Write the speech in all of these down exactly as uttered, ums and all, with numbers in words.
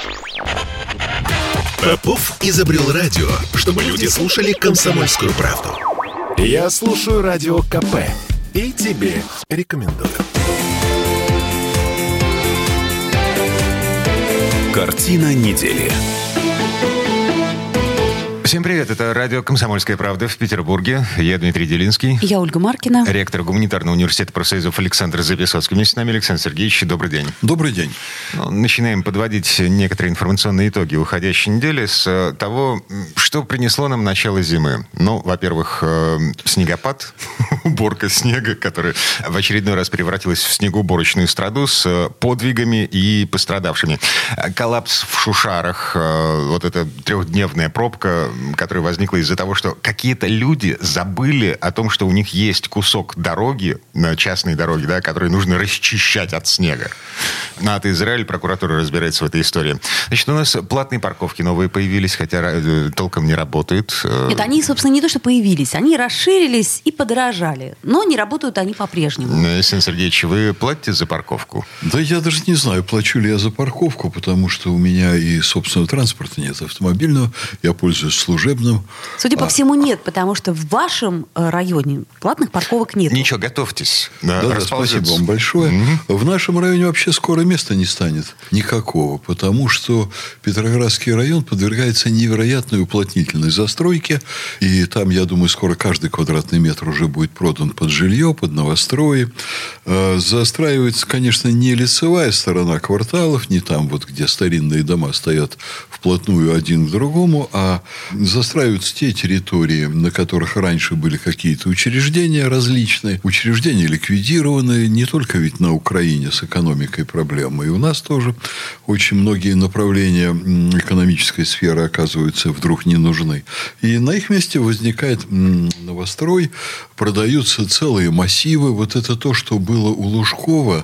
Попов изобрел радио, чтобы люди слушали «Комсомольскую правду». Я слушаю Радио КП и тебе рекомендую. Картина недели. Всем привет, это радио «Комсомольская правда» в Петербурге. Я Дмитрий Делинский. Я Ольга Маркина. Ректор Гуманитарного университета профсоюзов Александр Записоцкий. Вместе с нами Александр Сергеевич. Добрый день. Добрый день. Ну, начинаем подводить некоторые информационные итоги уходящей недели с того, что принесло нам начало зимы. Ну, во-первых, снегопад, уборка снега, которая в очередной раз превратилась в снегоуборочную страду с подвигами и пострадавшими. Коллапс в Шушарах, вот эта трехдневная пробка, которая возникла из-за того, что какие-то люди забыли о том, что у них есть кусок дороги, частной дороги, да, который нужно расчищать от снега. НАТО Израиль, прокуратура разбирается в этой истории. Значит, у нас платные парковки новые появились, хотя толком не работают. Нет, они, собственно, не то, что появились, они расширились и подорожали. Но не работают они по-прежнему. Александр Сергеевич, вы платите за парковку? Да я даже не знаю, плачу ли я за парковку, потому что у меня и собственного транспорта нет, автомобильного. Я пользуюсь служебным. Судя по а... всему, нет, потому что в вашем районе платных парковок нет. Ничего, готовьтесь. Да, да, спасибо вам большое. Mm-hmm. В нашем районе вообще скоро места не станет никакого, потому что Петроградский район подвергается невероятной уплотнительной застройке, и там, я думаю, скоро каждый квадратный метр уже будет продан под жилье, под новострои. Застраивается, конечно, не лицевая сторона кварталов, не там, вот, где старинные дома стоят вплотную один к другому, а застраиваются те территории, на которых раньше были какие-то учреждения различные. Учреждения ликвидированы не только ведь на Украине с экономикой проблемы, и у нас тоже очень многие направления экономической сферы оказываются вдруг не нужны. И на их месте возникает новострой, продаются целые массивы. Вот это то, что было у Лужкова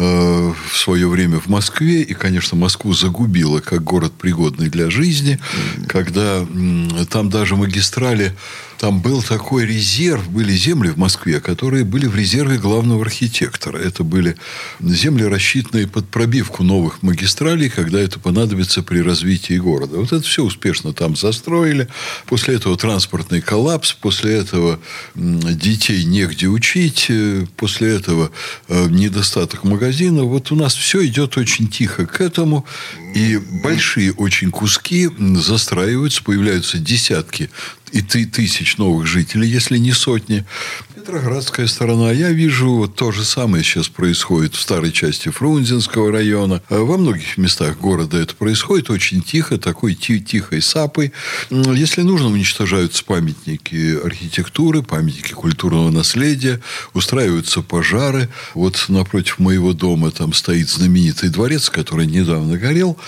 э, в свое время в Москве, и, конечно, Москву загубило как город, пригодный для жизни, когда там даже магистрали, там был такой резерв, были земли в Москве, которые были в резерве главного архитектора. Это были земли, рассчитанные под пробивку новых магистралей, когда это понадобится при развитии города. Вот это все успешно там застроили. После этого транспортный коллапс, после этого детей негде учить, после этого недостаток магазинов. Вот у нас все идет очень тихо к этому, и большие очень куски застраиваются, появляются десятки и тысяч новых жителей, если не сотни. Петроградская сторона. Я вижу, вот то же самое сейчас происходит в старой части Фрунзенского района. Во многих местах города это происходит очень тихо, такой тихой сапой. Если нужно, уничтожаются памятники архитектуры, памятники культурного наследия, устраиваются пожары. Вот напротив моего дома там стоит знаменитый дворец, который недавно горел.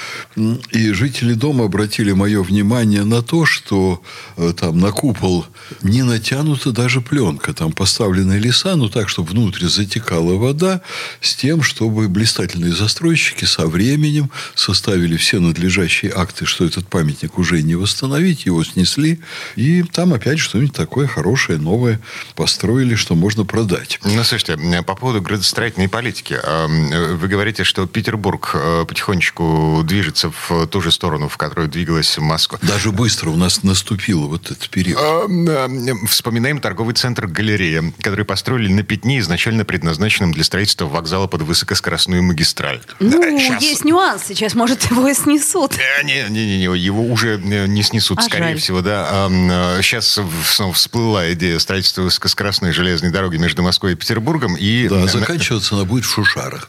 И жители дома обратили мое внимание на то, что там на купол не натянута даже пленка. Там поставлены леса, ну так, чтобы внутрь затекала вода, с тем, чтобы блистательные застройщики со временем составили все надлежащие акты, что этот памятник уже не восстановить, его снесли, и там опять что-нибудь такое хорошее, новое построили, что можно продать. Ну, слушайте, по поводу градостроительной политики. Вы говорите, что Петербург потихонечку движется в ту же сторону, в которую двигалась Москва. Даже быстро у нас наступило вот этот период. Вспоминаем торговый центр «Галерея», который построили на пятне, изначально предназначенном для строительства вокзала под высокоскоростную магистраль. Ну, сейчас... есть нюанс. Сейчас, может, его и снесут. Не-не-не, его уже не снесут, а скорее жаль. всего, да. Сейчас снова всплыла идея строительства высокоскоростной железной дороги между Москвой и Петербургом. И... Да, заканчиваться она будет в Шушарах.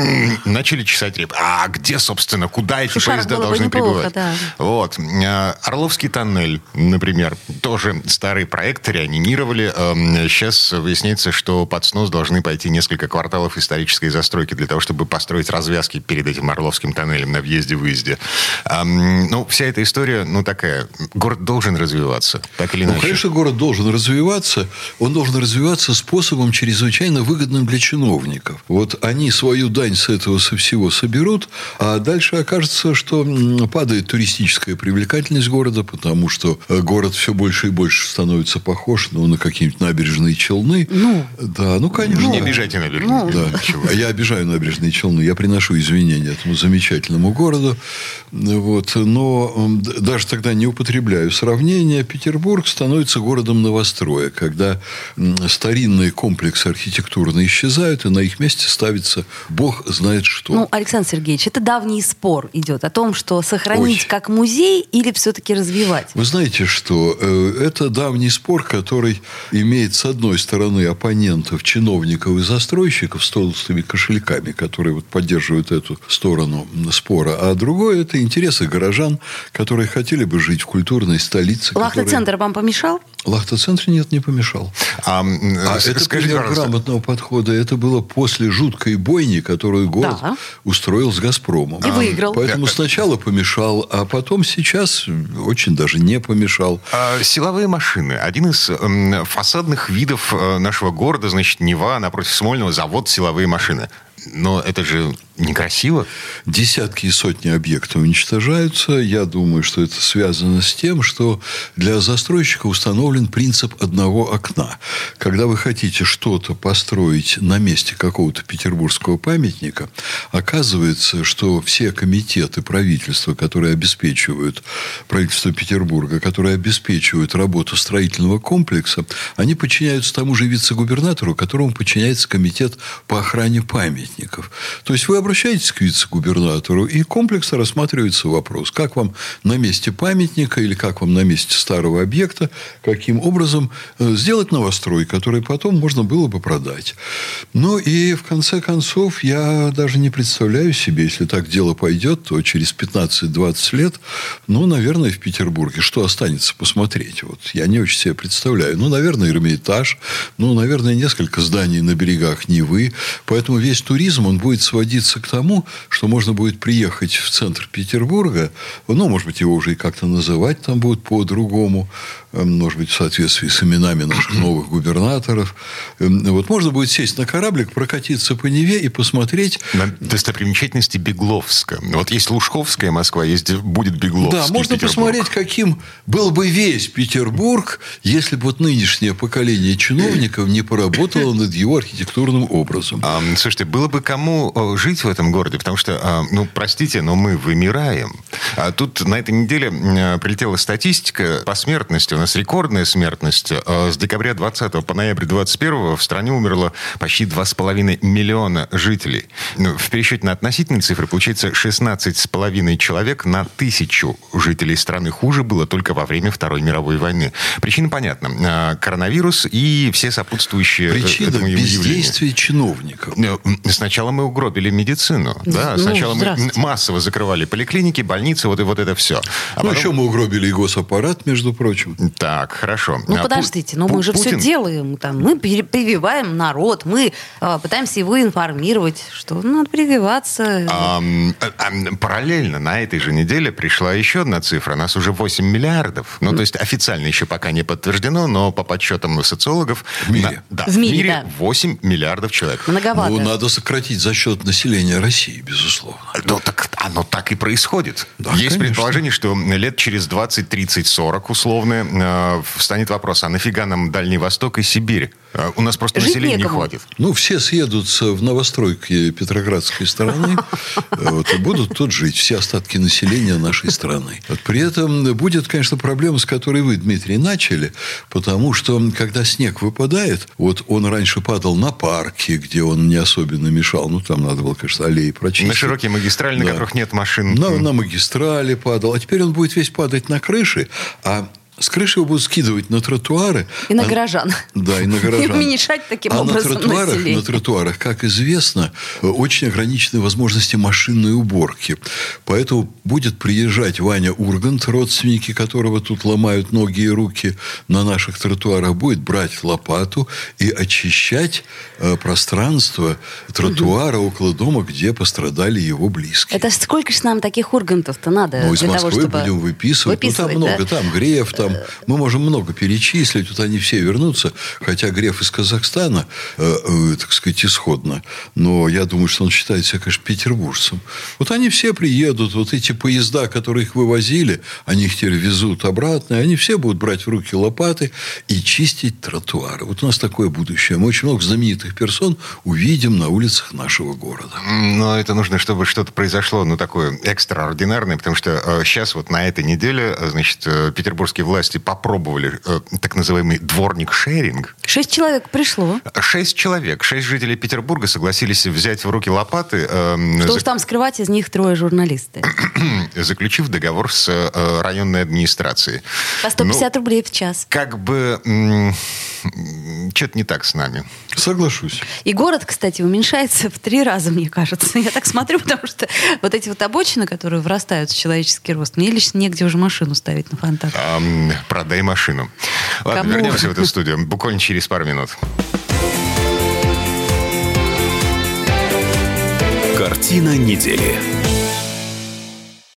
Начали чесать реп. А где, собственно, куда эти Шушарах поезда должны неплохо, прибывать? Да. Вот. Орловский тоннель, например, тоже старый проект, реанимировали. Сейчас выясняется, что под снос должны пойти несколько кварталов исторической застройки для того, чтобы построить развязки перед этим Орловским тоннелем на въезде-выезде. Ну, вся эта история, ну, такая. Город должен развиваться, так или иначе. Ну, конечно, город должен развиваться. Он должен развиваться способом чрезвычайно выгодным для чиновников. Вот они свою дань с этого со всего соберут, а дальше окажется, что падает туристическая привлекательность города, потому что город все больше и больше становится похож, ну, на какие-нибудь набережные Челны. Ну. Да, ну, конечно. Не обижайте набережные. Ну. Да. Я обижаю набережные Челны. Я приношу извинения этому замечательному городу. Вот. Но даже тогда не употребляю сравнения. Петербург становится городом новостроя, когда старинные комплексы архитектурно исчезают, и на их месте ставится бог знает что. Ну, Александр Сергеевич, это давний спор идет о том, что сохранить Ой. как музей или все-таки развивать. Вы знаете, что э, это давний спор, который имеет, с одной стороны, оппонентов, чиновников и застройщиков с толстыми кошельками, которые вот поддерживают эту сторону спора, а другое – это интересы горожан, которые хотели бы жить в культурной столице. Лахта-центр вам помешал? Лахта-центр нет, не помешал. А, а это пример грамотного подхода. Это было после жуткой бойни, которую город да. устроил с «Газпромом». И выиграл. Поэтому сначала помешал, а потом сейчас очень даже не помешал. А, силовые машины. Один из э, фасадных видов нашего города, значит, Нева, напротив Смольного, завод «Силовые машины». Но это же некрасиво. Десятки и сотни объектов уничтожаются. Я думаю, что это связано с тем, что для застройщика установлен принцип одного окна. Когда вы хотите что-то построить на месте какого-то петербургского памятника, оказывается, что все комитеты правительства, которые обеспечивают, правительство Петербурга, которые обеспечивают работу строительного комплекса, они подчиняются тому же вице-губернатору, которому подчиняется комитет по охране памятников. То есть вы обращаетесь к вице-губернатору, и комплексно рассматривается вопрос, как вам на месте памятника или как вам на месте старого объекта, каким образом сделать новострой, который потом можно было бы продать. Ну и в конце концов, я даже не представляю себе, если так дело пойдет, то через пятнадцать-двадцать лет, ну, наверное, в Петербурге что останется посмотреть? Вот я не очень себе представляю. Ну, наверное, Эрмитаж, ну, наверное, несколько зданий на берегах Невы. Поэтому весь туризм, он будет сводиться к тому, что можно будет приехать в центр Петербурга, ну, может быть, его уже и как-то называть там будут по-другому, может быть, в соответствии с именами наших новых губернаторов. Вот можно будет сесть на кораблик, прокатиться по Неве и посмотреть... На достопримечательности Бегловска. Вот есть Лужковская Москва, есть будет Бегловский Да, можно Петербург. Посмотреть, каким был бы весь Петербург, если бы вот нынешнее поколение чиновников не поработало над его архитектурным образом. А, слушайте, было бы кому жить в этом городе, потому что, ну, простите, но мы вымираем. А тут на этой неделе прилетела статистика по смертности. У нас рекордная смертность. С декабря двадцатого по ноябрь двадцать первого в стране умерло почти два с половиной миллиона жителей. В пересчете на относительные цифры получается шестнадцать с половиной человек на тысячу жителей страны. Хуже было только во время Второй мировой войны. Причина понятна. Коронавирус и все сопутствующие Причина этому бездействия явлению. чиновников. Сначала мы угробили медицину. Да? Ну, Сначала мы массово закрывали поликлиники, больницы, вот, и вот это все. А ну, потом... еще мы угробили и госаппарат, между прочим. Так, хорошо. Ну, а, подождите, но мы же Путин... все делаем. Там, мы прививаем народ, мы э, пытаемся его информировать, что надо прививаться. А, а, параллельно на этой же неделе пришла еще одна цифра. Нас уже восемь миллиардов. Ну, то есть официально еще пока не подтверждено, но по подсчетам социологов... В мире. На, да, в мире, в мире да. восемь миллиардов человек. Многовато. Ну, надо сократить за счет населения России, безусловно. Ну, так оно так и происходит. Да, Есть конечно. предположение, что лет через двадцать, тридцать, сорок условно э, встанет вопрос, а нафига нам Дальний Восток и Сибирь? Э, у нас просто Жить населения не некому. хватит. Ну, все съедутся в новостройки Петроградской стороны вот, и будут тут жить. Все остатки населения нашей страны. Вот, при этом будет, конечно, проблема, с которой вы, Дмитрий, начали. Потому что, когда снег выпадает, вот он раньше падал на парке, где он не особенно мешал. Ну, там надо было, конечно, аллеи прочистить. На широкие магистрали, на Да. которых нет машин. На, на магистрали падал. А теперь он будет весь падать на крыши, а с крыши его будут скидывать на тротуары. И на а, горожан. Да, и на горожан. И уменьшать таким а образом на тротуарах, население. на тротуарах, как известно, очень ограничены возможности машинной уборки. Поэтому будет приезжать Ваня Ургант, родственники которого тут ломают ноги и руки на наших тротуарах, будет брать лопату и очищать э, пространство тротуара угу. около дома, где пострадали его близкие. Это ж сколько ж нам таких Ургантов-то надо? Ну, из для Москвы того, чтобы будем выписывать. Ну, там выписывать, много. да? Там Греев, там там мы можем много перечислить, вот они все вернутся, хотя Греф из Казахстана, э, э, так сказать, исходно, но я думаю, что он считает себя, конечно, петербуржцем. Вот они все приедут, вот эти поезда, которые их вывозили, они их теперь везут обратно, и они все будут брать в руки лопаты и чистить тротуары. Вот у нас такое будущее. Мы очень много знаменитых персон увидим на улицах нашего города. Но это нужно, чтобы что-то произошло, ну, такое экстраординарное, потому что э, сейчас вот на этой неделе, значит, э, петербургские власти попробовали э, так называемый дворник-шеринг. Шесть человек пришло. Шесть человек, шесть жителей Петербурга согласились взять в руки лопаты. Э, Что за... уж там скрывать, из них трое журналисты. Заключив договор с э, районной администрацией. По сто пятьдесят ну, рублей в час. Как бы м- что-то не так с нами. Соглашусь. И город, кстати, уменьшается в три раза, мне кажется. Я так смотрю, потому что вот эти вот обочины, которые вырастают в человеческий рост, мне лично негде уже машину ставить на фонтан. А, продай машину. Ладно, Кому? вернемся в эту студию буквально через пару минут. Картина недели.